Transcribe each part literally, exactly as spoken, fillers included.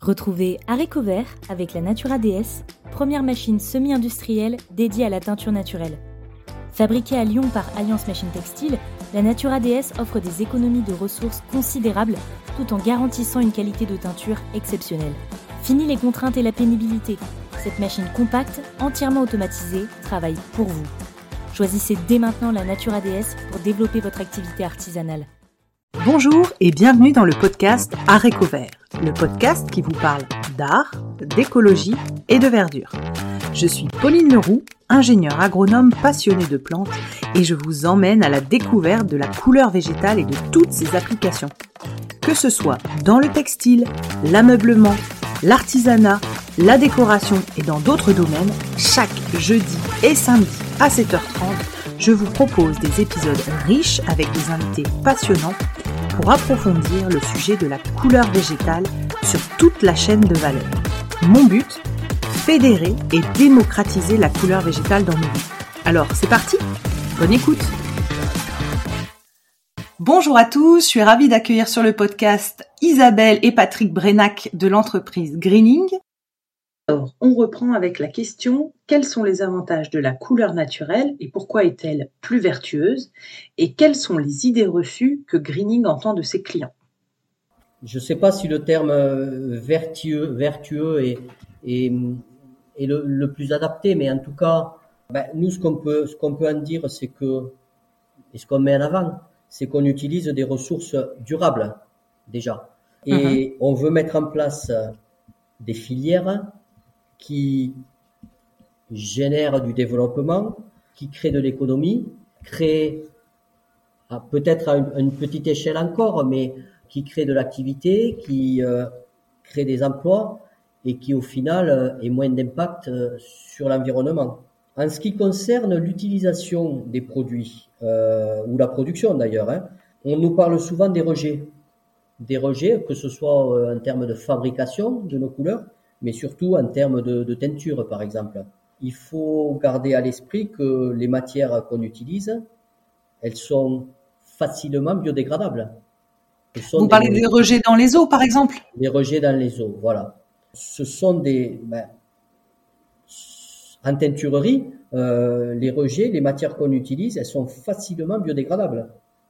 Retrouvez Haricots Verts avec la Natura D S, première machine semi-industrielle dédiée à la teinture naturelle. Fabriquée à Lyon par Alliance Machine Textile, la Natura D S offre des économies de ressources considérables tout en garantissant une qualité de teinture exceptionnelle. Fini les contraintes et la pénibilité. Cette machine compacte, entièrement automatisée, travaille pour vous. Choisissez dès maintenant la Natura D S pour développer votre activité artisanale. Bonjour et bienvenue dans le podcast Haricots Verts, le podcast qui vous parle d'art, d'écologie et de verdure. Je suis Pauline Leroux, ingénieure agronome passionnée de plantes et je vous emmène à la découverte de la couleur végétale et de toutes ses applications. Que ce soit dans le textile, l'ameublement, l'artisanat, la décoration et dans d'autres domaines, chaque jeudi et samedi à sept heures trente, je vous propose des épisodes riches avec des invités passionnants pour approfondir le sujet de la couleur végétale sur toute la chaîne de valeur. Mon but, fédérer et démocratiser la couleur végétale dans nos vies. Alors, c'est parti, bonne écoute. Bonjour à tous, je suis ravie d'accueillir sur le podcast Isabelle et Patrick Brenac de l'entreprise Greening. Alors, on reprend avec la question, quels sont les avantages de la couleur naturelle et pourquoi est-elle plus vertueuse? Et quelles sont les idées reçues que Greening entend de ses clients? Je ne sais pas si le terme vertueux, vertueux est, est, est le, le plus adapté, mais en tout cas, ben, nous, ce qu'on peut, ce qu'on peut en dire, c'est que, et ce qu'on met en avant, c'est qu'on utilise des ressources durables, déjà. Et mmh. on veut mettre en place des filières qui génèrent du développement, qui créent de l'économie, créent peut-être à une, à une petite échelle encore, mais qui créent de l'activité, qui euh, créent des emplois et qui au final euh, aient moins d'impact euh, sur l'environnement. En ce qui concerne l'utilisation des produits, euh, ou la production d'ailleurs, hein, on nous parle souvent des rejets. Des rejets, que ce soit euh, en termes de fabrication de nos couleurs, mais surtout en termes de, de teinture, par exemple. Il faut garder à l'esprit que les matières qu'on utilise, elles sont facilement biodégradables. Vous parlez des, des rejets dans les eaux, par exemple? Les rejets dans les eaux, voilà. Ce sont des... Ben, en teinturerie, euh, les rejets, les matières qu'on utilise, elles sont facilement biodégradables.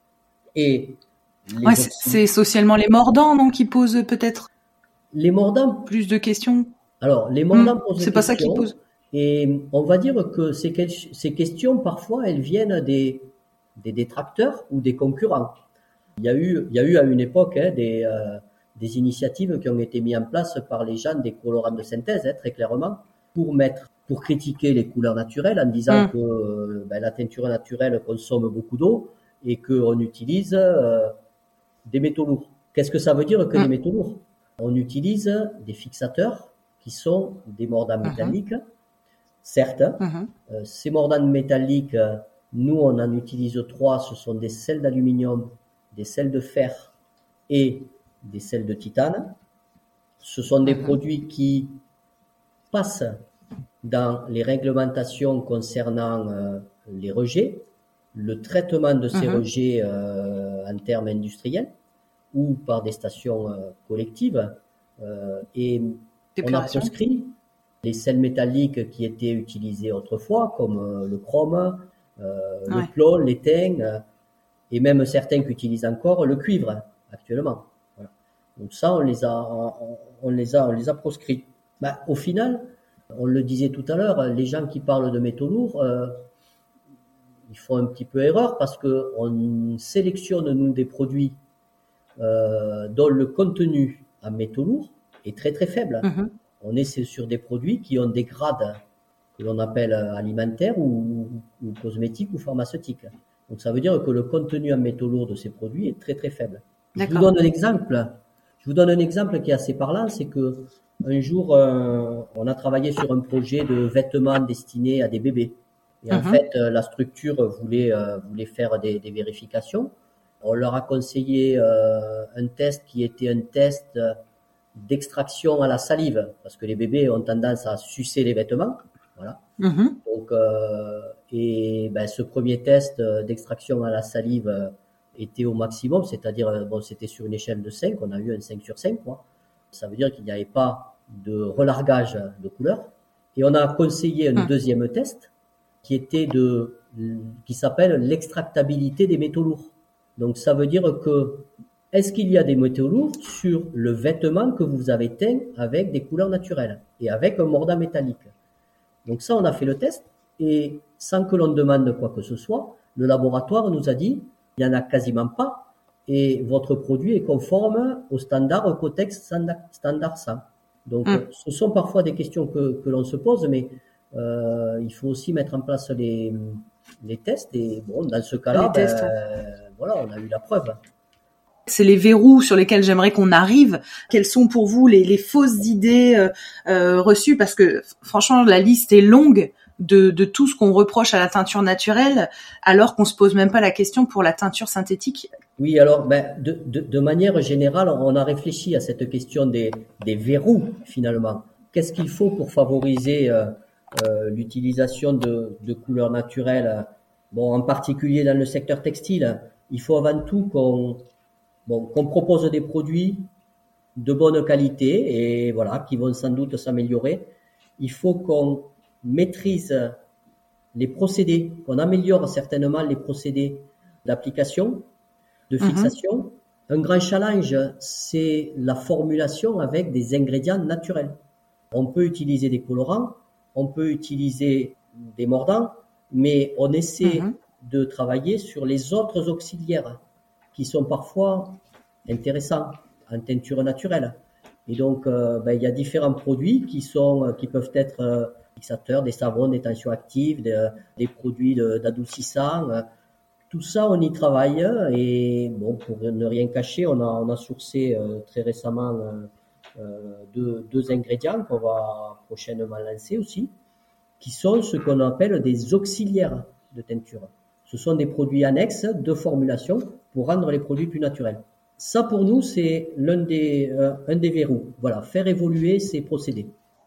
Et ouais, c'est, c'est socialement les mordants, non, qui posent peut-être les mordants plus de questions. Alors, les mordants mmh, posent des c'est questions. C'est pas ça qui pose. Et on va dire que ces, ces questions, parfois, elles viennent des, des détracteurs ou des concurrents. Il y a eu, il y a eu à une époque hein, des, euh, des initiatives qui ont été mises en place par les gens des colorants de synthèse, hein, très clairement, pour mettre, pour critiquer les couleurs naturelles en disant mmh. que euh, ben, la teinture naturelle consomme beaucoup d'eau et qu'on utilise euh, des métaux lourds. Qu'est-ce que ça veut dire que mmh. des métaux lourds? On utilise des fixateurs qui sont des mordants mmh. métalliques, certes. Mmh. Euh, ces mordants métalliques, nous on en utilise trois, ce sont des sels d'aluminium, des sels de fer et des sels de titane. Ce sont des mmh. produits qui passent dans les réglementations concernant euh, les rejets, le traitement de ces mmh. rejets euh, en termes industriels ou par des stations euh, collectives. Euh, et on a proscrit les sels métalliques qui étaient utilisés autrefois, comme euh, le chrome, euh, ouais. le plomb, l'étain, euh, et même certains qui utilisent encore le cuivre actuellement. Voilà. Donc ça, on les a, on, on les a, on les a proscrits. Bah, au final, on le disait tout à l'heure, les gens qui parlent de métaux lourds, euh, ils font un petit peu erreur parce que on sélectionne nous des produits euh, dont le contenu en métaux lourds est très très faible. Mmh. On est sur des produits qui ont des grades que l'on appelle alimentaires ou, ou cosmétiques ou pharmaceutiques. Donc ça veut dire que le contenu en métaux lourds de ces produits est très très faible. D'accord. Je vous donne un exemple. Je vous donne un exemple qui est assez parlant, c'est que un jour euh, on a travaillé sur un projet de vêtements destinés à des bébés. Et en mmh. fait, euh, la structure voulait euh, voulait faire des, des vérifications. On leur a conseillé euh, un test qui était un test d'extraction à la salive, parce que les bébés ont tendance à sucer les vêtements. Voilà. Mmh. Donc, euh, et ben, ce premier test d'extraction à la salive était au maximum, c'est-à-dire, bon, c'était sur une échelle de cinq, on a eu un cinq sur cinq, quoi. Ça veut dire qu'il n'y avait pas de relargage de couleurs. Et on a conseillé un mmh. deuxième test qui était de, qui s'appelle l'extractabilité des métaux lourds. Donc ça veut dire que est-ce qu'il y a des métaux lourds sur le vêtement que vous avez teint avec des couleurs naturelles et avec un mordant métallique. Donc ça, on a fait le test et sans que l'on demande quoi que ce soit, le laboratoire nous a dit il n'y en a quasiment pas et votre produit est conforme au standard Cotex standard cent. Donc mmh. ce sont parfois des questions que, que l'on se pose, mais euh, il faut aussi mettre en place les, les tests et bon, dans ce cas-là, ben, voilà, on a eu la preuve. C'est les verrous sur lesquels j'aimerais qu'on arrive. Quelles sont pour vous les, les fausses idées euh, euh, reçues? Parce que franchement, la liste est longue de, de tout ce qu'on reproche à la teinture naturelle, alors qu'on se pose même pas la question pour la teinture synthétique. Oui, alors ben, de, de, de manière générale, on a réfléchi à cette question des, des verrous finalement. Qu'est-ce qu'il faut pour favoriser euh, euh, l'utilisation de, de couleurs naturelles? Bon, en particulier dans le secteur textile, il faut avant tout qu'on Bon, qu'on propose des produits de bonne qualité et voilà, qui vont sans doute s'améliorer. Il faut qu'on maîtrise les procédés, qu'on améliore certainement les procédés d'application, de fixation. Mmh. Un grand challenge, c'est la formulation avec des ingrédients naturels. On peut utiliser des colorants, on peut utiliser des mordants, mais on essaie mmh. de travailler sur les autres auxiliaires qui sont parfois intéressants en teinture naturelle. Et donc, euh, ben, il y a différents produits qui sont, qui peuvent être euh, fixateurs, des savons, des tensioactifs, des, des produits de, d'adoucissants. Tout ça, on y travaille. Et bon, pour ne rien cacher, on a, on a sourcé euh, très récemment euh, deux, deux ingrédients qu'on va prochainement lancer aussi, qui sont ce qu'on appelle des auxiliaires de teinture. Ce sont des produits annexes de formulation pour rendre les produits plus naturels. Ça, pour nous, c'est l'un des, euh, un des verrous. Voilà, faire évoluer ces procédés.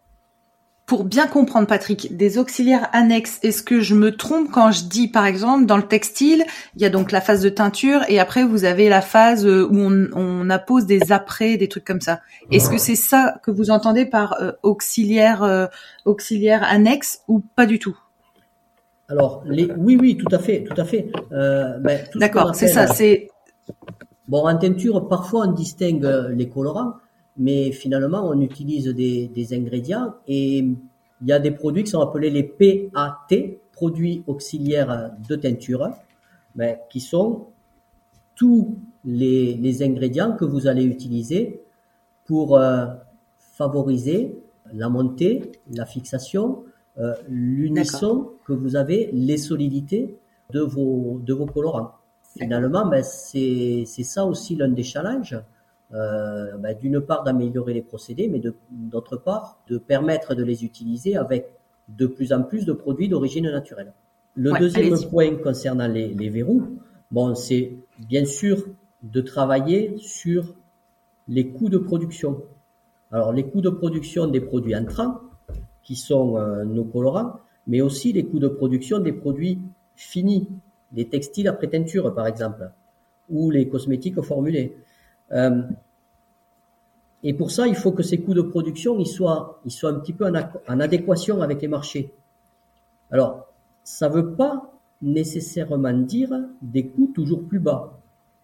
Pour bien comprendre, Patrick, des auxiliaires annexes, est-ce que je me trompe quand je dis, par exemple, dans le textile, il y a donc la phase de teinture et après, vous avez la phase où on, on appose des apprêts, des trucs comme ça. Est-ce que c'est ça que vous entendez par euh, auxiliaire, euh, auxiliaire annexe ou pas du tout? Alors, les, oui, oui, tout à fait, tout à fait. Euh, ben, tout D'accord, appelle, c'est ça, c'est... Bon, en teinture, parfois on distingue les colorants, mais finalement on utilise des, des ingrédients et il y a des produits qui sont appelés les P A T, produits auxiliaires de teinture, ben, qui sont tous les, les ingrédients que vous allez utiliser pour euh, favoriser la montée, la fixation, euh, l'unisson D'accord. que vous avez, les solidités de vos, de vos colorants. Finalement, ben, c'est, c'est ça aussi l'un des challenges. Euh, ben, d'une part d'améliorer les procédés, mais de, d'autre part de permettre de les utiliser avec de plus en plus de produits d'origine naturelle. Le ouais, deuxième allez-y. point concernant les, les verrous, bon, c'est bien sûr de travailler sur les coûts de production. Alors les coûts de production des produits entrants, qui sont euh, nos colorants, mais aussi les coûts de production des produits finis, les textiles après teinture par exemple, ou les cosmétiques formulés. Euh, et pour ça, il faut que ces coûts de production ils soient, ils soient un petit peu en, en adéquation avec les marchés. Alors, ça ne veut pas nécessairement dire des coûts toujours plus bas.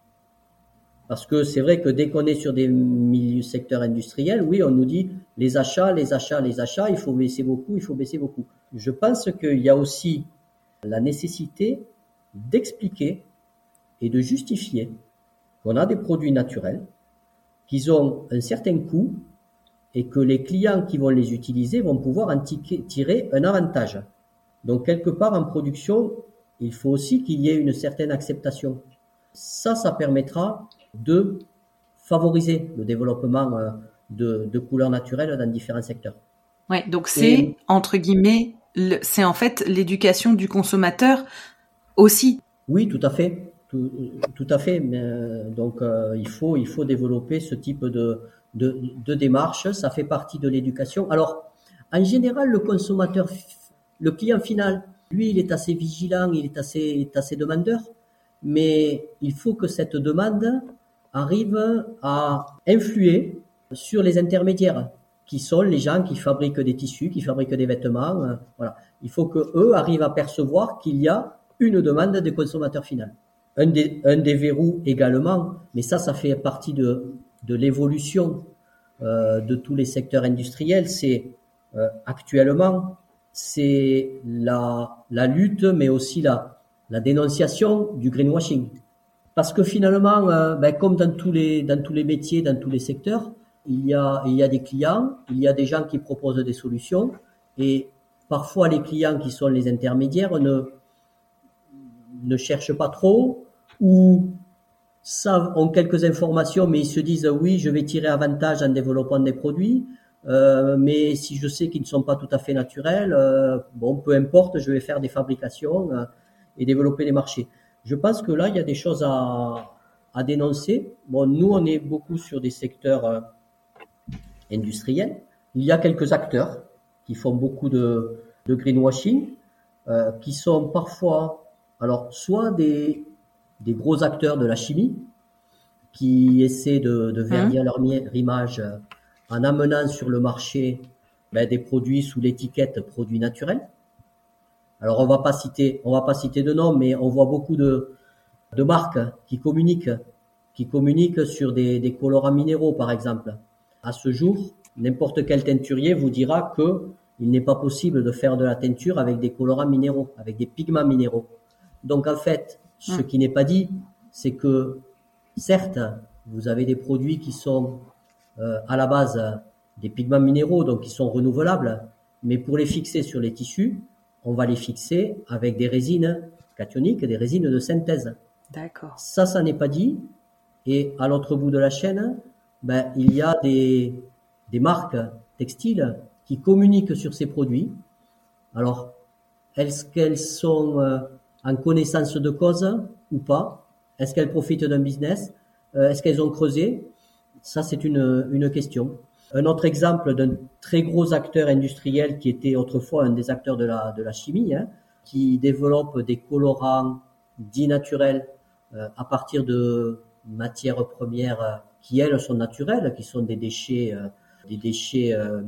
Parce que c'est vrai que dès qu'on est sur des milieux secteurs industriels, oui, on nous dit les achats, les achats, les achats, il faut baisser beaucoup, il faut baisser beaucoup. Je pense qu'il y a aussi la nécessité d'expliquer et de justifier qu'on a des produits naturels, qu'ils ont un certain coût et que les clients qui vont les utiliser vont pouvoir en tirer un avantage. Donc, quelque part en production, il faut aussi qu'il y ait une certaine acceptation. Ça, ça permettra de favoriser le développement de, de couleurs naturelles dans différents secteurs. Ouais, donc c'est, et, entre guillemets, le, c'est en fait l'éducation du consommateur aussi. Oui, tout à fait. Tout, tout à fait. Mais, donc, euh, il faut, il faut développer ce type de, de, de démarche. Ça fait partie de l'éducation. Alors, en général, le consommateur, le client final, lui, il est assez vigilant, il est assez, il est assez demandeur. Mais il faut que cette demande arrive à influer sur les intermédiaires, qui sont les gens qui fabriquent des tissus, qui fabriquent des vêtements. Euh, voilà. Il faut que eux arrivent à percevoir qu'il y a une demande des consommateurs finaux. Un des, un des verrous également, mais ça, ça fait partie de, de l'évolution euh, de tous les secteurs industriels, c'est euh, actuellement, c'est la, la lutte, mais aussi la, la dénonciation du greenwashing. Parce que finalement, euh, ben, comme dans tous les, dans tous les métiers, dans tous les secteurs, il y a, il y a des clients, il y a des gens qui proposent des solutions, et parfois les clients qui sont les intermédiaires ne, ne cherchent pas trop, ou savent, ont quelques informations, mais ils se disent oui, je vais tirer avantage en développant des produits, euh, mais si je sais qu'ils ne sont pas tout à fait naturels, euh, bon, peu importe, je vais faire des fabrications euh, et développer les marchés. Je pense que là, il y a des choses à, à dénoncer. Bon, nous, on est beaucoup sur des secteurs euh, industriels. Il y a quelques acteurs qui font beaucoup de, de greenwashing, euh, qui sont parfois, alors, soit des des gros acteurs de la chimie qui essaient de, de verdir mmh. leur image en amenant sur le marché ben, des produits sous l'étiquette produits naturels. Alors on va pas citer, on va pas citer de nom, mais on voit beaucoup de, de marques qui communiquent, qui communiquent sur des, des colorants minéraux, par exemple. À ce jour, n'importe quel teinturier vous dira que il n'est pas possible de faire de la teinture avec des colorants minéraux, avec des pigments minéraux. Donc en fait, ce qui n'est pas dit, c'est que certes, vous avez des produits qui sont euh, à la base des pigments minéraux, donc qui sont renouvelables, mais pour les fixer sur les tissus, on va les fixer avec des résines cationiques, des résines de synthèse. D'accord. Ça, ça n'est pas dit. Et à l'autre bout de la chaîne, ben, il y a des, des marques textiles qui communiquent sur ces produits. Alors, est-ce qu'elles sont euh, en connaissance de cause ou pas? Est-ce qu'elles profitent d'un business? euh, Est-ce qu'elles ont creusé? Ça, c'est une, une question. Un autre exemple d'un très gros acteur industriel qui était autrefois un des acteurs de la, de la chimie, hein, qui développe des colorants dits naturels euh, à partir de matières premières qui, elles, sont naturelles, qui sont des déchets, euh, des déchets euh,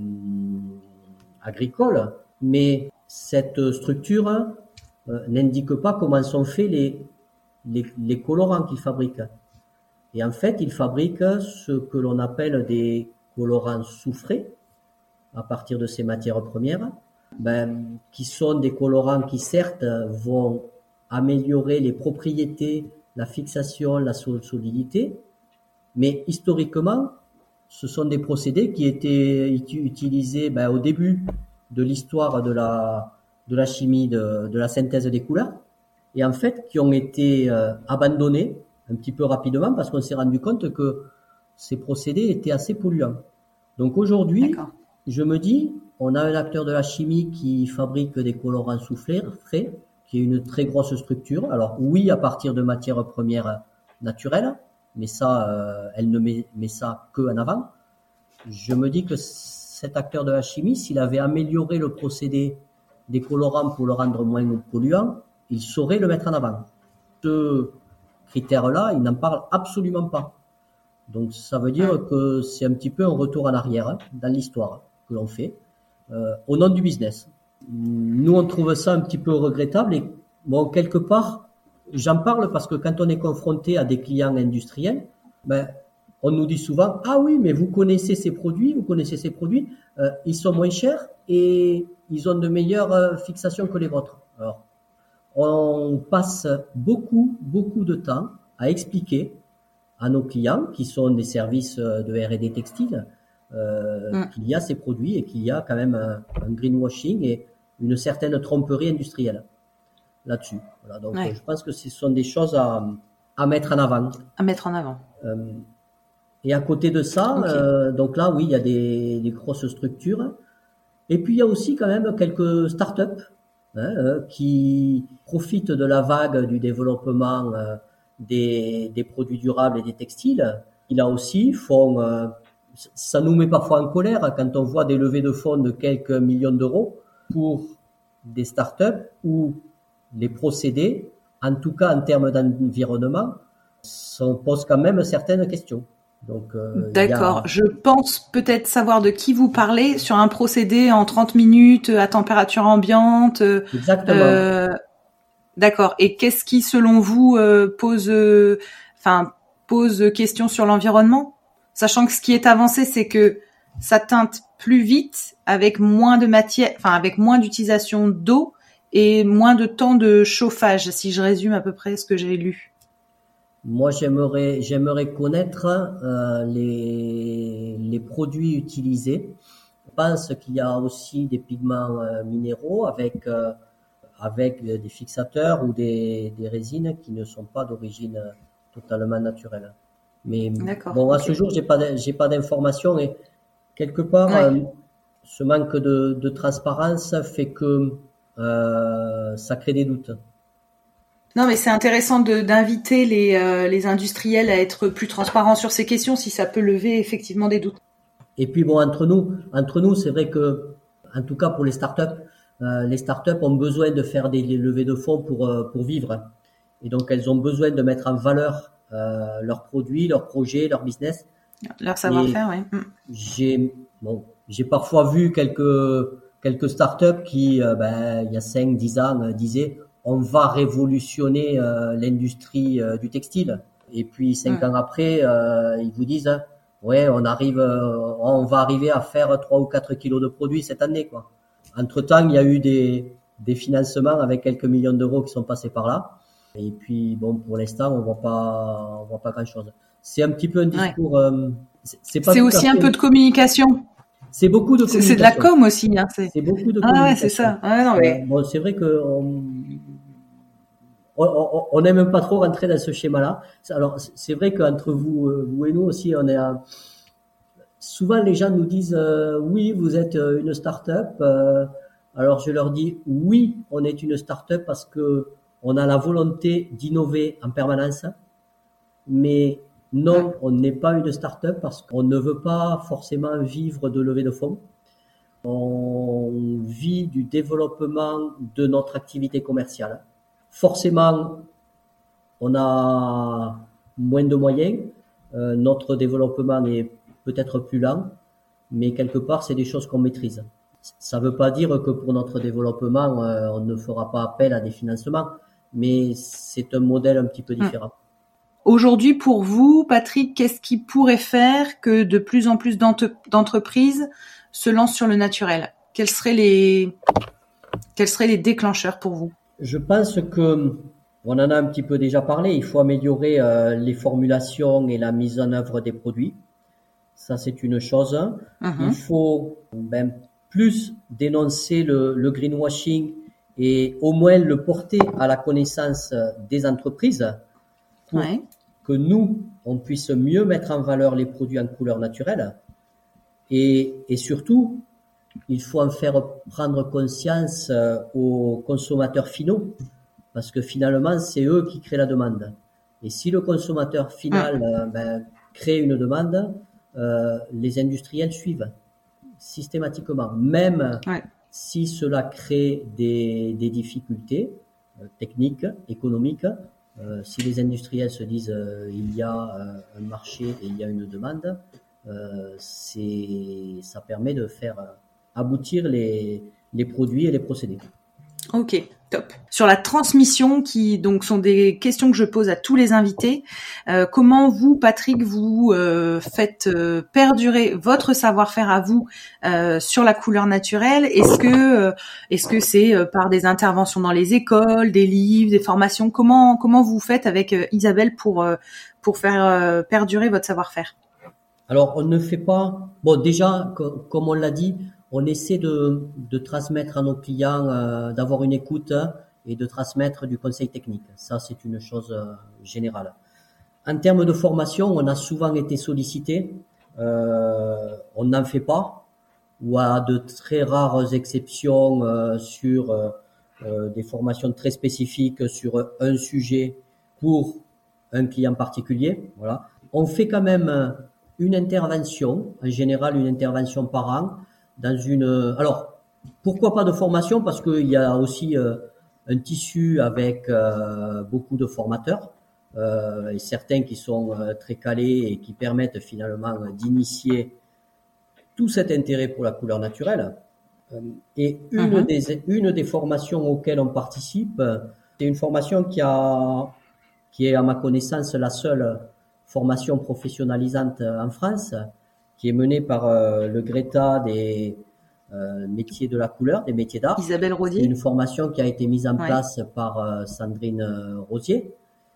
agricoles. Mais cette structure euh, n'indique pas comment sont faits les, les, les colorants qu'ils fabriquent. Et en fait, ils fabriquent ce que l'on appelle des colorants soufrés à partir de ces matières premières, ben, qui sont des colorants qui certes vont améliorer les propriétés, la fixation, la solidité, mais historiquement, ce sont des procédés qui étaient utilisés ben, au début de l'histoire de la, de la chimie, de, de la synthèse des couleurs, et en fait qui ont été euh, abandonnés un petit peu rapidement parce qu'on s'est rendu compte que ces procédés étaient assez polluants. Donc aujourd'hui, D'accord. je me dis, on a un acteur de la chimie qui fabrique des colorants soufflés, frais, qui est une très grosse structure. Alors oui, à partir de matières premières naturelles, mais ça, euh, elle ne met, met ça que en avant. Je me dis que cet acteur de la chimie, s'il avait amélioré le procédé des colorants pour le rendre moins polluant, il saurait le mettre en avant. Ce critère-là, il n'en parle absolument pas. Donc ça veut dire que c'est un petit peu un retour en arrière hein, dans l'histoire que l'on fait euh, au nom du business. Nous, on trouve ça un petit peu regrettable et bon, quelque part, j'en parle parce que quand on est confronté à des clients industriels, ben, on nous dit souvent « Ah oui, mais vous connaissez ces produits, vous connaissez ces produits, euh, ils sont moins chers et ils ont de meilleures euh, fixations que les vôtres. » Alors, on passe beaucoup, beaucoup de temps à expliquer à nos clients, qui sont des services de R et D textile, euh, mmh. qu'il y a ces produits et qu'il y a quand même un, un greenwashing et une certaine tromperie industrielle là-dessus. Voilà, donc ouais. je pense que ce sont des choses à, à mettre en avant. À mettre en avant. Euh, et à côté de ça, okay. euh, donc là, oui, il y a des, des grosses structures. Et puis, il y a aussi quand même quelques startups hein, euh, qui profitent de la vague du développement euh, des, des produits durables et des textiles. Ils là aussi font, euh, ça nous met parfois en colère quand on voit des levées de fonds de quelques millions d'euros pour des startups où les procédés, en tout cas en termes d'environnement, sont, posent quand même certaines questions. Donc, euh, D'accord. a... Je pense peut-être savoir de qui vous parlez sur un procédé en trente minutes à température ambiante. Exactement. Euh, d'accord. Et qu'est-ce qui, selon vous, euh, pose, euh, enfin, pose question sur l'environnement, sachant que ce qui est avancé, c'est que ça teinte plus vite, avec moins de matière, enfin, avec moins d'utilisation d'eau et moins de temps de chauffage, si je résume à peu près ce que j'ai lu. Moi, j'aimerais, j'aimerais connaître euh, les, les produits utilisés. Je pense qu'il y a aussi des pigments euh, minéraux avec, euh, avec des fixateurs ou des, des résines qui ne sont pas d'origine totalement naturelle. Mais D'accord, bon, à okay. ce jour, j'ai pas, j'ai pas d'informations et quelque part, ouais. euh, ce manque de, de transparence fait que euh, ça crée des doutes. Non, mais c'est intéressant de, d'inviter les, euh, les industriels à être plus transparents sur ces questions, si ça peut lever effectivement des doutes. Et puis bon, entre nous, entre nous, c'est vrai que, en tout cas pour les startups, euh, les startups ont besoin de faire des levées de fonds pour euh, pour vivre. Et donc elles ont besoin de mettre en valeur euh, leurs produits, leurs projets, leur business. Leur savoir-faire, oui. Mm. J'ai bon, j'ai parfois vu quelques quelques startups qui, euh, ben, il y a cinq, dix ans, euh, disaient on va révolutionner euh, l'industrie euh, du textile. Et puis cinq mmh. ans après, euh, ils vous disent, ouais, on arrive, euh, on va arriver à faire trois ou quatre kilos de produits cette année, quoi. Entre temps, il y a eu des des financements avec quelques millions d'euros qui sont passés par là. Et puis bon, pour l'instant, on voit pas, on voit pas grand chose. C'est un petit peu un discours. Ouais. Euh, c'est c'est, pas c'est aussi un peu de communication. C'est beaucoup de communication. C'est, c'est de la com aussi, hein. C'est, c'est beaucoup de ah communication. Ouais, c'est ça. Ah, non, mais... euh, bon, c'est vrai que on, on n'aime pas trop rentrer dans ce schéma-là. Alors, c'est vrai qu'entre vous, vous et nous aussi, on est à... souvent les gens nous disent euh, oui, vous êtes une start-up. Euh, alors je leur dis oui, on est une start-up parce que on a la volonté d'innover en permanence, mais non, on n'est pas une start-up parce qu'on ne veut pas forcément vivre de levée de fonds. On vit du développement de notre activité commerciale. Forcément, on a moins de moyens, euh, notre développement est peut-être plus lent, mais quelque part, c'est des choses qu'on maîtrise. Ça ne veut pas dire que pour notre développement, euh, on ne fera pas appel à des financements, mais c'est un modèle un petit peu différent. Aujourd'hui, pour vous, Patrick, qu'est-ce qui pourrait faire que de plus en plus d'entreprises se lancent sur le naturel ? Quels seraient les, quels seraient les déclencheurs pour vous ? Je pense que, on en a un petit peu déjà parlé, il faut améliorer euh, les formulations et la mise en œuvre des produits. Ça, c'est une chose. Mm-hmm. Il faut ben, plus dénoncer le, le greenwashing et au moins le porter à la connaissance des entreprises pour ouais. que nous, on puisse mieux mettre en valeur les produits en couleur naturelle. Et, et surtout, il faut en faire prendre conscience aux consommateurs finaux, parce que finalement, c'est eux qui créent la demande. Et si le consommateur final mmh. ben, crée une demande, euh, les industriels suivent systématiquement, même ouais. si cela crée des, des difficultés euh, techniques, économiques. Euh, si les industriels se disent euh, il y a euh, un marché et il y a une demande, euh, c'est, ça permet de faire aboutir les, les produits et les procédés. Ok, top. Sur la transmission, qui donc sont des questions que je pose à tous les invités, euh, comment vous, Patrick, vous euh, faites euh, perdurer votre savoir-faire à vous euh, sur la couleur naturelle ? Est-ce que euh, est-ce que c'est euh, par des interventions dans les écoles, des livres, des formations ? Comment comment vous faites avec euh, Isabelle pour euh, pour faire euh, perdurer votre savoir-faire ? Alors, on ne fait pas. Bon, déjà, co- comme on l'a dit. On essaie de, de transmettre à nos clients, euh, d'avoir une écoute et de transmettre du conseil technique. Ça, c'est une chose euh, générale. En termes de formation, on a souvent été sollicité. Euh, on n'en fait pas, ou à de très rares exceptions euh, sur euh, des formations très spécifiques sur un sujet pour un client particulier. Voilà. On fait quand même une intervention, en général une intervention par an, dans une, alors pourquoi pas de formation, parce qu'il y a aussi euh, un tissu avec euh, beaucoup de formateurs. euh, et certains qui sont euh, très calés et qui permettent finalement d'initier tout cet intérêt pour la couleur naturelle. Et une, uh-huh. des, une des formations auxquelles on participe, c'est une formation qui, a, qui est à ma connaissance la seule formation professionnalisante en France, qui est menée par euh, le Greta des euh, métiers de la couleur, des métiers d'art. Isabelle Rosier. C'est une formation qui a été mise en ouais. place par euh, Sandrine Rosier,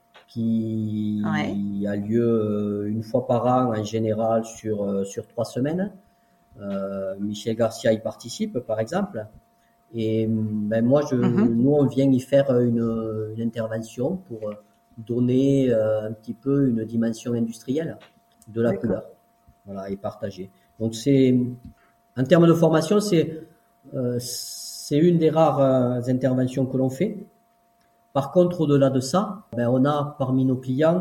qui ouais. a lieu une fois par an en général sur, sur trois semaines. Euh, Michel Garcia y participe, par exemple. Et ben moi, je, mm-hmm. nous, on vient y faire une, une intervention pour donner euh, un petit peu une dimension industrielle de la D'accord. couleur, voilà, et partager. Donc, c'est, en termes de formation, c'est, euh, c'est une des rares euh, interventions que l'on fait. Par contre, au-delà de ça, ben, on a parmi nos clients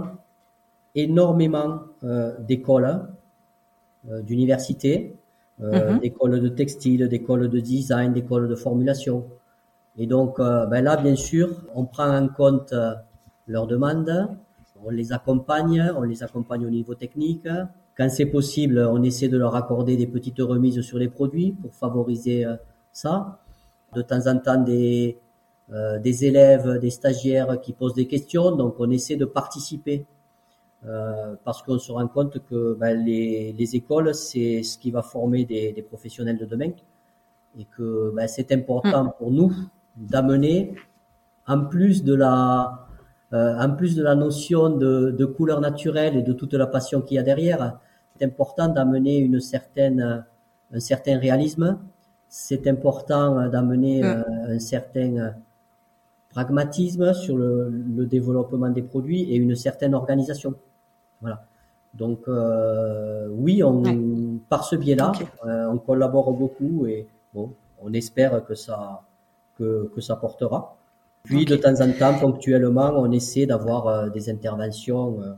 énormément euh, d'écoles, euh, d'universités, Euh, mm-hmm. d'écoles de textile, d'écoles de design, d'écoles de formulation. Et donc, euh, ben là, bien sûr, on prend en compte euh, leurs demandes, on les accompagne, on les accompagne au niveau technique. Quand c'est possible, on essaie de leur accorder des petites remises sur les produits pour favoriser euh, ça. De temps en temps, des, euh, des élèves, des stagiaires qui posent des questions, donc on essaie de participer. Euh, parce qu'on se rend compte que ben, les, les écoles, c'est ce qui va former des, des professionnels de demain et que ben, c'est important mmh. pour nous d'amener, en plus de la, euh, en plus de la notion de, de couleur naturelle et de toute la passion qu'il y a derrière, c'est important d'amener une certaine, un certain réalisme. C'est important d'amener mmh. euh, un certain pragmatisme sur le, le développement des produits et une certaine organisation. Voilà. Donc euh, oui, on, ouais. par ce biais-là, okay. euh, on collabore beaucoup et bon, on espère que ça que, que ça portera. Puis okay. de temps en temps, ponctuellement, on essaie d'avoir euh, des interventions euh,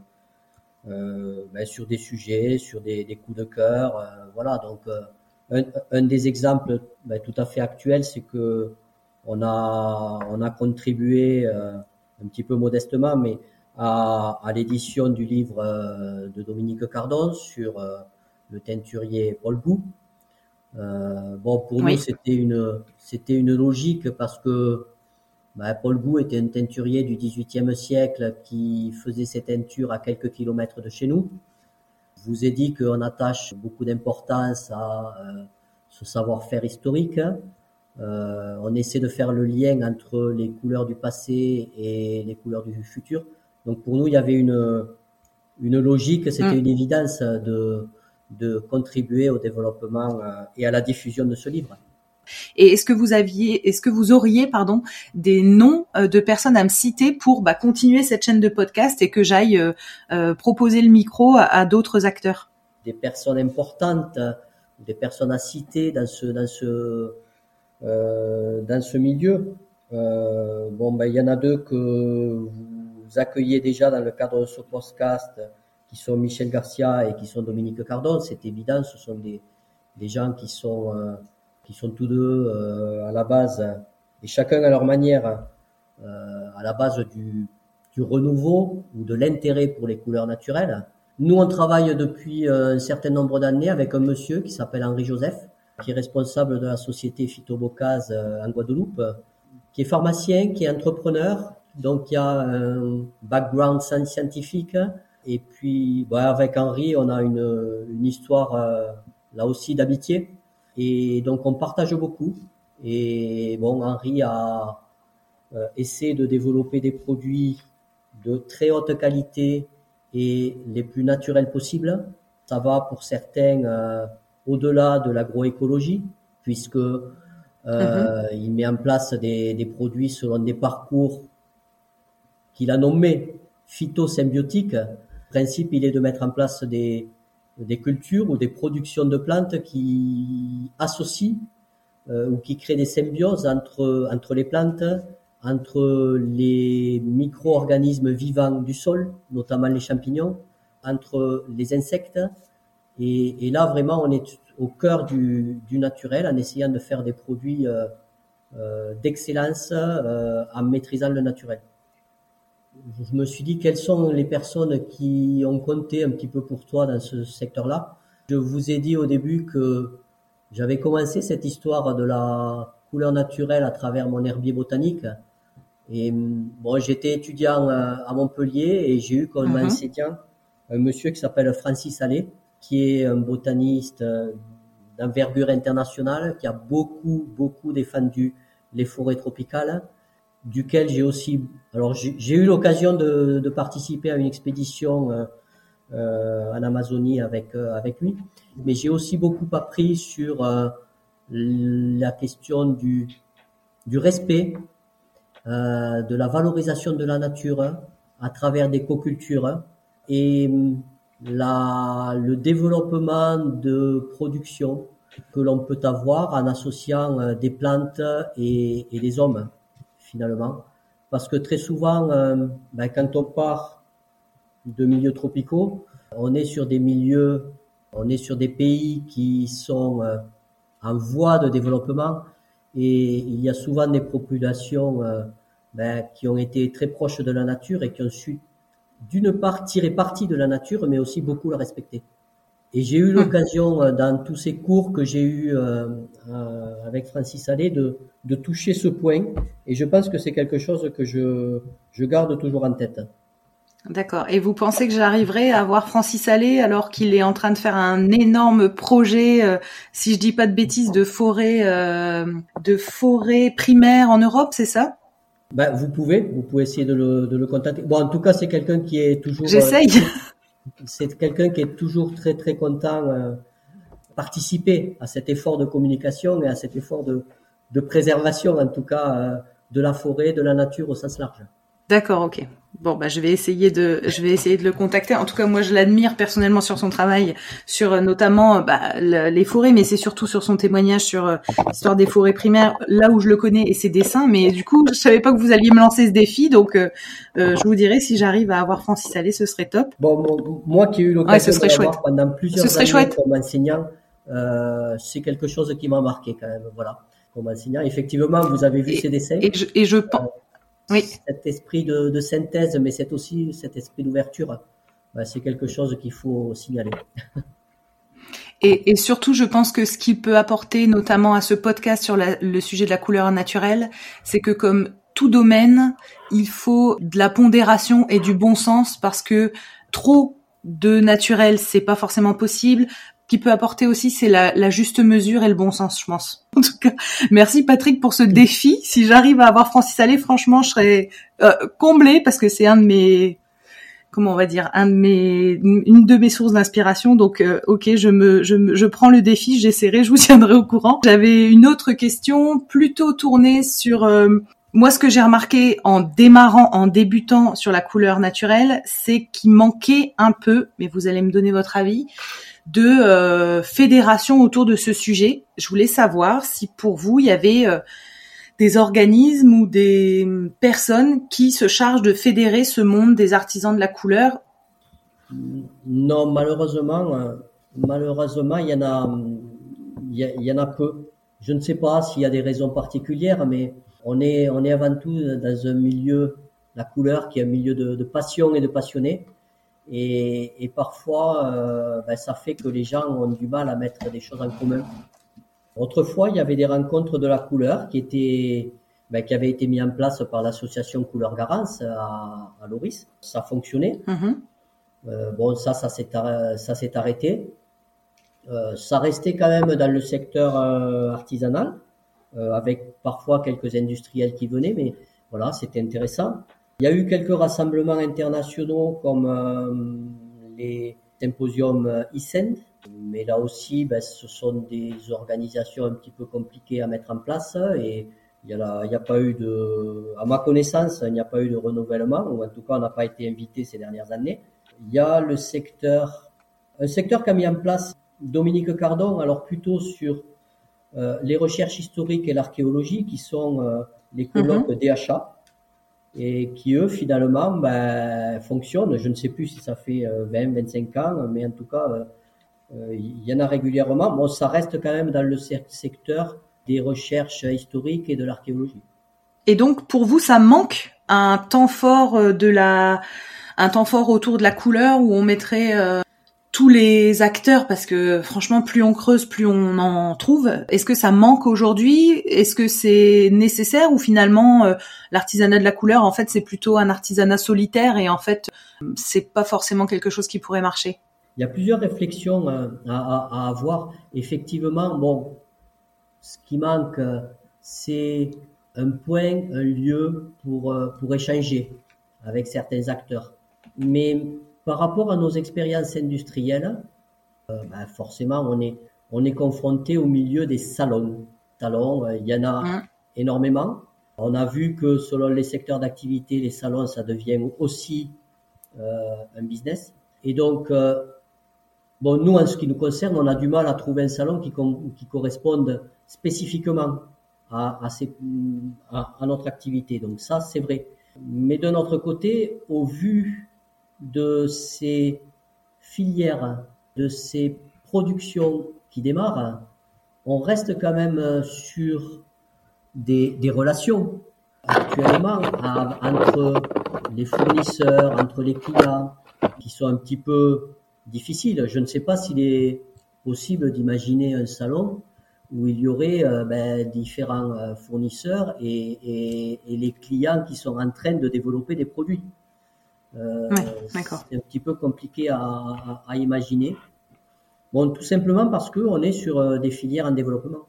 euh, ben, sur des sujets, sur des, des coups de cœur. Euh, voilà. Donc euh, un, un des exemples ben, tout à fait actuels, c'est que on a on a contribué euh, un petit peu modestement, mais à, à l'édition du livre euh, de Dominique Cardon sur euh, le teinturier Paul Gou. Euh, bon, pour oui. nous, c'était une, c'était une logique parce que bah, Paul Gou était un teinturier du dix-huitième siècle qui faisait ses teintures à quelques kilomètres de chez nous. Je vous ai dit qu'on attache beaucoup d'importance à euh, ce savoir-faire historique. Euh, on essaie de faire le lien entre les couleurs du passé et les couleurs du futur. Donc pour nous, il y avait une, une logique, c'était mmh. une évidence de, de contribuer au développement et à la diffusion de ce livre. Et est-ce que vous aviez, est-ce que vous auriez, pardon, des noms de personnes à me citer pour bah, continuer cette chaîne de podcast et que j'aille euh, euh, proposer le micro à, à d'autres acteurs? Des personnes importantes, des personnes à citer dans ce dans ce euh, dans ce milieu. Euh, bon, ben il y en a deux que vous accueillez déjà dans le cadre de ce podcast, qui sont Michel Garcia et qui sont Dominique Cardon. C'est évident, ce sont des, des gens qui sont, euh, qui sont tous deux euh, à la base, et chacun à leur manière, euh, à la base du, du renouveau ou de l'intérêt pour les couleurs naturelles. Nous, on travaille depuis un certain nombre d'années avec un monsieur qui s'appelle Henri Joseph, qui est responsable de la société Phytobocase en Guadeloupe, qui est pharmacien, qui est entrepreneur, donc il y a un background scientifique. Et puis, bah, avec Henri, on a une, une histoire euh, là aussi d'amitié. Et donc, on partage beaucoup. Et bon, Henri a euh, essayé de développer des produits de très haute qualité et les plus naturels possibles. Ça va pour certains euh, au-delà de l'agroécologie, puisque euh, mm-hmm. il met en place des, des produits selon des parcours qu'il a nommés phytosymbiotiques. Le principe, il est de mettre en place des, des cultures ou des productions de plantes qui associent euh, ou qui créent des symbioses entre, entre les plantes, entre les micro-organismes vivants du sol, notamment les champignons, entre les insectes. Et, et là, vraiment, on est au cœur du, du naturel en essayant de faire des produits euh, euh, d'excellence euh, en maîtrisant le naturel. je me suis dit quelles sont les personnes qui ont compté un petit peu pour toi dans ce secteur-là. Je vous ai dit au début que j'avais commencé cette histoire de la couleur naturelle à travers mon herbier botanique. Et bon, j'étais étudiant à Montpellier et j'ai eu comme mm-hmm. enseignant un monsieur qui s'appelle Francis Allais, qui est un botaniste d'envergure internationale, qui a beaucoup, beaucoup défendu les forêts tropicales, duquel j'ai aussi, alors j'ai, j'ai eu l'occasion de, de participer à une expédition euh, euh, en Amazonie avec euh, avec lui, mais j'ai aussi beaucoup appris sur euh, la question du du respect, euh, de la valorisation de la nature à travers des cocultures et la le développement de production que l'on peut avoir en associant des plantes et, et des hommes, finalement. Parce que très souvent, euh, ben, quand on part de milieux tropicaux, on est sur des milieux, on est sur des pays qui sont euh, en voie de développement et il y a souvent des populations euh, ben, qui ont été très proches de la nature et qui ont su, d'une part, tirer parti de la nature, mais aussi beaucoup la respecter. Et j'ai eu l'occasion, euh, dans tous ces cours que j'ai eus euh, euh, avec Francis Allais, de, de toucher ce point. Et je pense que c'est quelque chose que je, je garde toujours en tête. D'accord. Et vous pensez que j'arriverai à voir Francis Allais alors qu'il est en train de faire un énorme projet, euh, si je dis pas de bêtises, de forêt, euh, de forêt primaire en Europe, c'est ça? Ben, vous pouvez, vous pouvez essayer de le, de le contacter. Bon, en tout cas, c'est quelqu'un qui est toujours. J'essaye. Euh, c'est quelqu'un qui est toujours très très content euh, participer à cet effort de communication et à cet effort de, de préservation, en tout cas, euh, de la forêt, de la nature au sens large. D'accord, ok. Bon, bah je vais essayer de, je vais essayer de le contacter. En tout cas, moi, je l'admire personnellement sur son travail, sur euh, notamment bah, le, les forêts, mais c'est surtout sur son témoignage sur euh, l'histoire des forêts primaires, là où je le connais et ses dessins. Mais du coup, je savais pas que vous alliez me lancer ce défi, donc euh, euh, je vous dirai si j'arrive à avoir Francis Allais, ce serait top. Bon, bon moi qui ai eu l'occasion ouais, de l'avoir pendant plusieurs années chouette. Comme enseignant, euh, c'est quelque chose qui m'a marqué quand même. Voilà, comme enseignant. Effectivement, vous avez vu et, ses dessins. Et je, et je pense. Euh, Oui. Cet esprit de, de synthèse, mais c'est aussi cet esprit d'ouverture. Ben, c'est quelque chose qu'il faut signaler. Et, et surtout, je pense que ce qu'il peut apporter, notamment à ce podcast sur la, le sujet de la couleur naturelle, c'est que comme tout domaine, il faut de la pondération et du bon sens parce que trop de naturel, c'est pas forcément possible. Ce qui peut apporter aussi, c'est la, la juste mesure et le bon sens, je pense. En tout cas, merci Patrick pour ce défi. Si j'arrive à avoir Francis Allais, franchement, je serais euh, comblée parce que c'est un de mes, comment on va dire, un de mes, une de mes sources d'inspiration. Donc, euh, ok, je me, je me, je prends le défi, j'essaierai, je vous tiendrai au courant. J'avais une autre question, plutôt tournée sur euh, moi, ce que j'ai remarqué en démarrant, en débutant sur la couleur naturelle, c'est qu'il manquait un peu, mais vous allez me donner votre avis, de euh, fédération autour de ce sujet. Je voulais savoir si pour vous, il y avait euh, des organismes ou des personnes qui se chargent de fédérer ce monde des artisans de la couleur. Non, malheureusement, euh, malheureusement, il y en a, il y, a, il y en a peu. Je ne sais pas s'il y a des raisons particulières, mais on est, on est avant tout dans un milieu, la couleur, qui est un milieu de, de passion et de passionnés. Et, et parfois, euh, ben, ça fait que les gens ont du mal à mettre des choses en commun. Autrefois, il y avait des rencontres de la couleur qui étaient, ben, qui avaient été mises en place par l'association Couleur Garance à, à Loris. Ça fonctionnait. Mm-hmm. Euh, bon, ça, ça s'est, ça s'est arrêté. Euh, ça restait quand même dans le secteur euh, artisanal, euh, avec parfois quelques industriels qui venaient, mais voilà, c'était intéressant. Il y a eu quelques rassemblements internationaux comme euh, les symposiums I C E N D, mais là aussi, ben, ce sont des organisations un petit peu compliquées à mettre en place et il y a, la, il y a pas eu de, à ma connaissance, il n'y a pas eu de renouvellement, ou en tout cas, on n'a pas été invité ces dernières années. Il y a le secteur, un secteur qu'a mis en place Dominique Cardon, alors plutôt sur euh, les recherches historiques et l'archéologie, qui sont euh, les colloques mm-hmm. D H A. Et qui, eux, finalement, ben, fonctionnent. Je ne sais plus si ça fait vingt, vingt-cinq ans, mais en tout cas, euh, il y en a régulièrement. Bon, ça reste quand même dans le secteur des recherches historiques et de l'archéologie. Et donc, pour vous, ça manque un temps fort de la, un temps fort autour de la couleur où on mettrait euh, tous les acteurs, parce que franchement, plus on creuse, plus on en trouve. Est-ce que ça manque aujourd'hui? Est-ce que c'est nécessaire ou finalement euh, l'artisanat de la couleur, en fait, c'est plutôt un artisanat solitaire et en fait, c'est pas forcément quelque chose qui pourrait marcher? Il y a plusieurs réflexions à, à, à avoir. Effectivement, bon, ce qui manque, c'est un point, un lieu pour pour échanger avec certains acteurs. Mais par rapport à nos expériences industrielles, euh, ben forcément, on est, on est confronté au milieu des salons. Salons, euh, il y en a mmh. énormément. On a vu que selon les secteurs d'activité, les salons, ça devient aussi euh, un business. Et donc, euh, bon, nous, en ce qui nous concerne, on a du mal à trouver un salon qui, com- qui corresponde spécifiquement à, à, ces, à, à notre activité. Donc ça, c'est vrai. Mais de notre côté, au vu de ces filières, de ces productions qui démarrent, on reste quand même sur des, des relations actuellement à, entre les fournisseurs, entre les clients, qui sont un petit peu difficiles. Je ne sais pas s'il est possible d'imaginer un salon où il y aurait euh, ben, différents euh, fournisseurs et, et, et les clients qui sont en train de développer des produits. Euh, ouais, d'accord. C'est un petit peu compliqué à, à, à imaginer. Bon, tout simplement parce qu'on est sur euh, des filières en développement.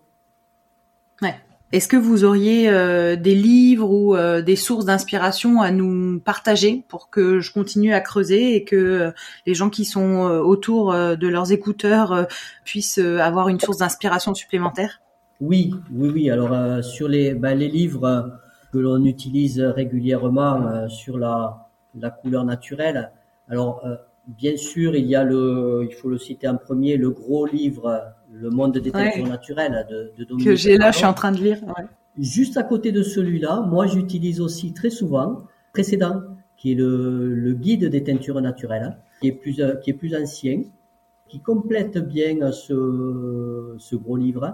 Ouais. Est-ce que vous auriez euh, des livres ou euh, des sources d'inspiration à nous partager pour que je continue à creuser et que euh, les gens qui sont euh, autour euh, de leurs écouteurs euh, puissent euh, avoir une source d'inspiration supplémentaire? Oui, oui, oui. Alors euh, sur les, ben, les livres euh, que l'on utilise régulièrement euh, sur la, la couleur naturelle. Alors euh, bien sûr, il y a le, il faut le citer en premier, le gros livre Le monde des teintures ouais. naturelles de, de Dominique que j'ai là, Cardon. Je suis en train de lire. Ouais. Juste à côté de celui-là, moi j'utilise aussi très souvent précédent, qui est le, le guide des teintures naturelles, qui est plus qui est plus ancien, qui complète bien ce, ce gros livre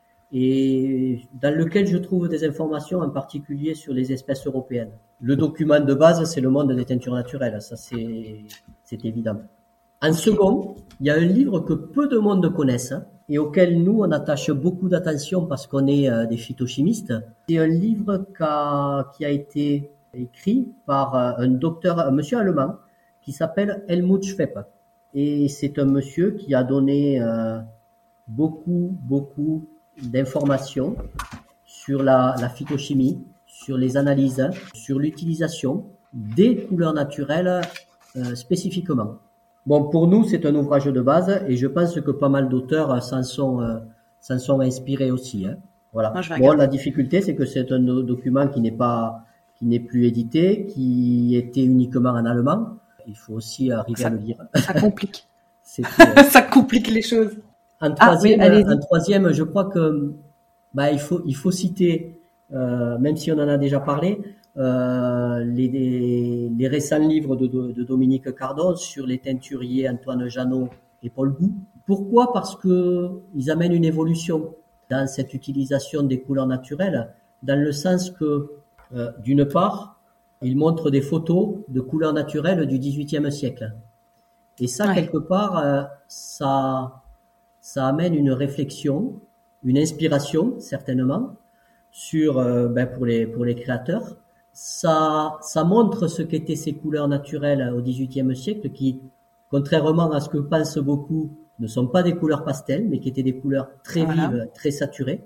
et dans lequel je trouve des informations en particulier sur les espèces européennes. Le document de base, c'est le monde des teintures naturelles, ça c'est c'est évident. En second, il y a un livre que peu de monde connaissent et auquel nous, on attache beaucoup d'attention parce qu'on est euh, des phytochimistes. C'est un livre qu'a, qui a été écrit par euh, un docteur, un monsieur allemand qui s'appelle Helmut Schweppe. Et c'est un monsieur qui a donné euh, beaucoup, beaucoup d'informations sur la, la phytochimie, sur les analyses, sur l'utilisation des couleurs naturelles euh, spécifiquement. Bon, pour nous, c'est un ouvrage de base et je pense que pas mal d'auteurs s'en sont, euh, s'en sont inspirés aussi. Hein. Voilà. Moi, bon, la difficulté, c'est que c'est un document qui n'est pas, qui n'est plus édité, qui était uniquement en allemand. Il faut aussi arriver ça, à le lire. Ça complique. c'est, euh... ça complique les choses. En troisième, ah, oui, en troisième, je crois que bah il faut, il faut citer, euh, même si on en a déjà parlé. Euh, les, les, les récents livres de, de, de Dominique Cardon sur les teinturiers Antoine Janot et Paul Gou. Pourquoi ? Parce que ils amènent une évolution dans cette utilisation des couleurs naturelles, dans le sens que, euh, d'une part, ils montrent des photos de couleurs naturelles du dix-huitième siècle. Et ça, ouais. quelque part, euh, ça, ça amène une réflexion, une inspiration, certainement, sur, euh, ben, pour les, pour les créateurs. Ça, ça montre ce qu'étaient ces couleurs naturelles au dix-huitième siècle qui, contrairement à ce que pensent beaucoup, ne sont pas des couleurs pastel, mais qui étaient des couleurs très voilà. vives, très saturées.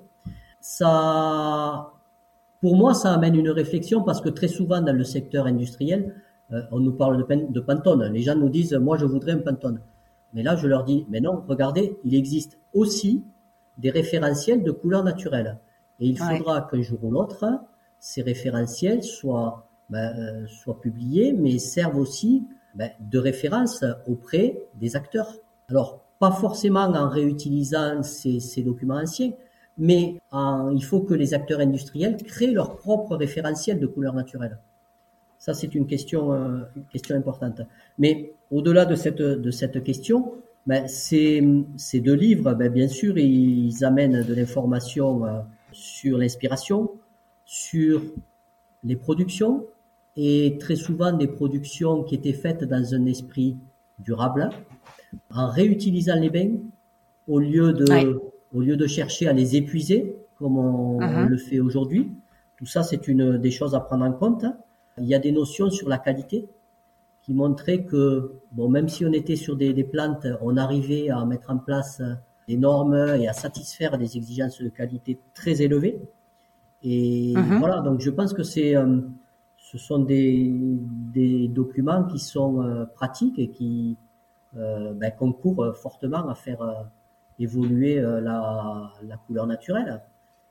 Ça, pour moi, ça amène une réflexion parce que très souvent dans le secteur industriel, euh, on nous parle de, pen, de Pantone. Les gens nous disent, moi, je voudrais un Pantone. Mais là, je leur dis, mais non, regardez, il existe aussi des référentiels de couleurs naturelles. Et il faudra ouais. qu'un jour ou l'autre, ces référentiels soient, ben, euh, soient publiés, mais servent aussi ben, de référence auprès des acteurs. Alors, pas forcément en réutilisant ces, ces documents anciens, mais en, il faut que les acteurs industriels créent leur propre référentiel de couleurs naturelles. Ça, c'est une question, euh, une question importante. Mais au-delà de cette, de cette question, ben, ces, ces deux livres, ben, bien sûr, ils amènent de l'information euh, sur l'inspiration, sur les productions et très souvent des productions qui étaient faites dans un esprit durable, en réutilisant les bains au lieu de, ouais. au lieu de chercher à les épuiser comme on, uh-huh. on le fait aujourd'hui. Tout ça, c'est une des choses à prendre en compte. Il y a des notions sur la qualité qui montraient que, bon, même si on était sur des, des plantes, on arrivait à mettre en place des normes et à satisfaire des exigences de qualité très élevées. Et uh-huh. voilà, donc je pense que c'est, euh, ce sont des, des documents qui sont euh, pratiques et qui euh, ben, concourent fortement à faire euh, évoluer euh, la, la couleur naturelle.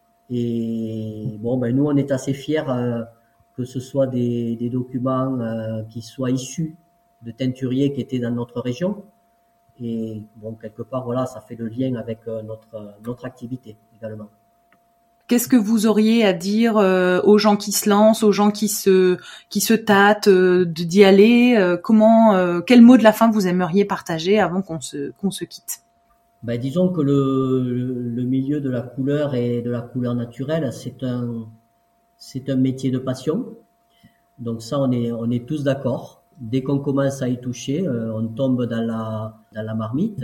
Et bon, ben nous, on est assez fiers euh, que ce soit des, des documents euh, qui soient issus de teinturiers qui étaient dans notre région. Et bon, quelque part, voilà, ça fait le lien avec euh, notre notre activité également. Qu'est-ce que vous auriez à dire euh, aux gens qui se lancent, aux gens qui se qui se tâtent euh, d'y aller euh, Comment, euh, quel mot de la fin vous aimeriez partager avant qu'on se qu'on se quitte? Ben, disons que le, le milieu de la couleur et de la couleur naturelle, c'est un c'est un métier de passion. Donc ça, on est on est tous d'accord. Dès qu'on commence à y toucher, euh, on tombe dans la dans la marmite.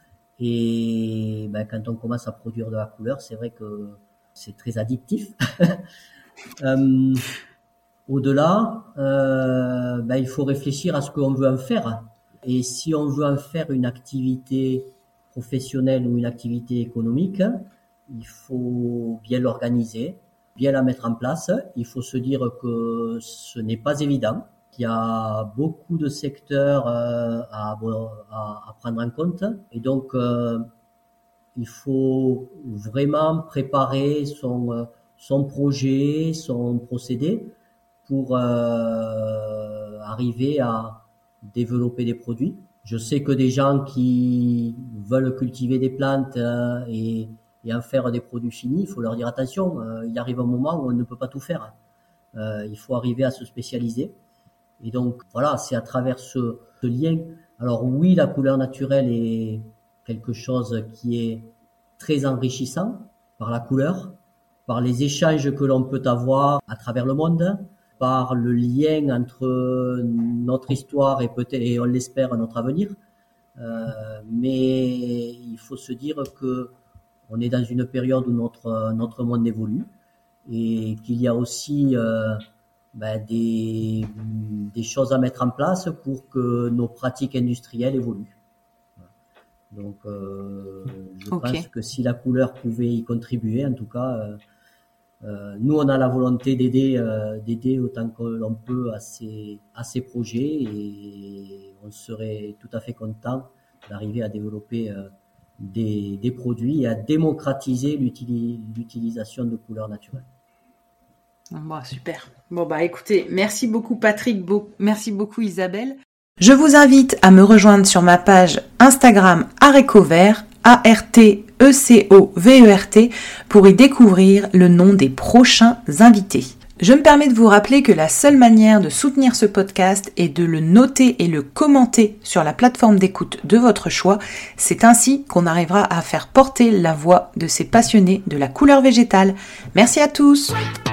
Et ben, quand on commence à produire de la couleur, c'est vrai que c'est très addictif. euh, au-delà, euh, ben, il faut réfléchir à ce qu'on veut en faire. Et si on veut en faire une activité professionnelle ou une activité économique, il faut bien l'organiser, bien la mettre en place. Il faut se dire que ce n'est pas évident, qu'il y a beaucoup de secteurs euh, à, à, à prendre en compte. Et donc, euh, il faut vraiment préparer son, son projet, son procédé pour euh, arriver à développer des produits. Je sais que des gens qui veulent cultiver des plantes euh, et, et en faire des produits finis, il faut leur dire attention, euh, il arrive un moment où on ne peut pas tout faire. Euh, il faut arriver à se spécialiser. Et donc, voilà, c'est à travers ce, ce lien. Alors oui, la couleur naturelle est quelque chose qui est très enrichissant par la couleur, par les échanges que l'on peut avoir à travers le monde, par le lien entre notre histoire et peut-être, et on l'espère, notre avenir. Euh, mais il faut se dire que on est dans une période où notre notre monde évolue et qu'il y a aussi euh, ben, des des choses à mettre en place pour que nos pratiques industrielles évoluent. Donc, euh, je okay. pense que si la couleur pouvait y contribuer, en tout cas, euh, euh, nous, on a la volonté d'aider, euh, d'aider autant que l'on peut à ces, à ces projets et on serait tout à fait content d'arriver à développer euh, des, des produits et à démocratiser l'utili- l'utilisation de couleurs naturelles. Bon, super. Bon, bah, écoutez, merci beaucoup Patrick, beau- merci beaucoup Isabelle. Je vous invite à me rejoindre sur ma page Instagram Arécovert, A R T E C O V E R T, pour y découvrir le nom des prochains invités. Je me permets de vous rappeler que la seule manière de soutenir ce podcast est de le noter et le commenter sur la plateforme d'écoute de votre choix. C'est ainsi qu'on arrivera à faire porter la voix de ces passionnés de la couleur végétale. Merci à tous!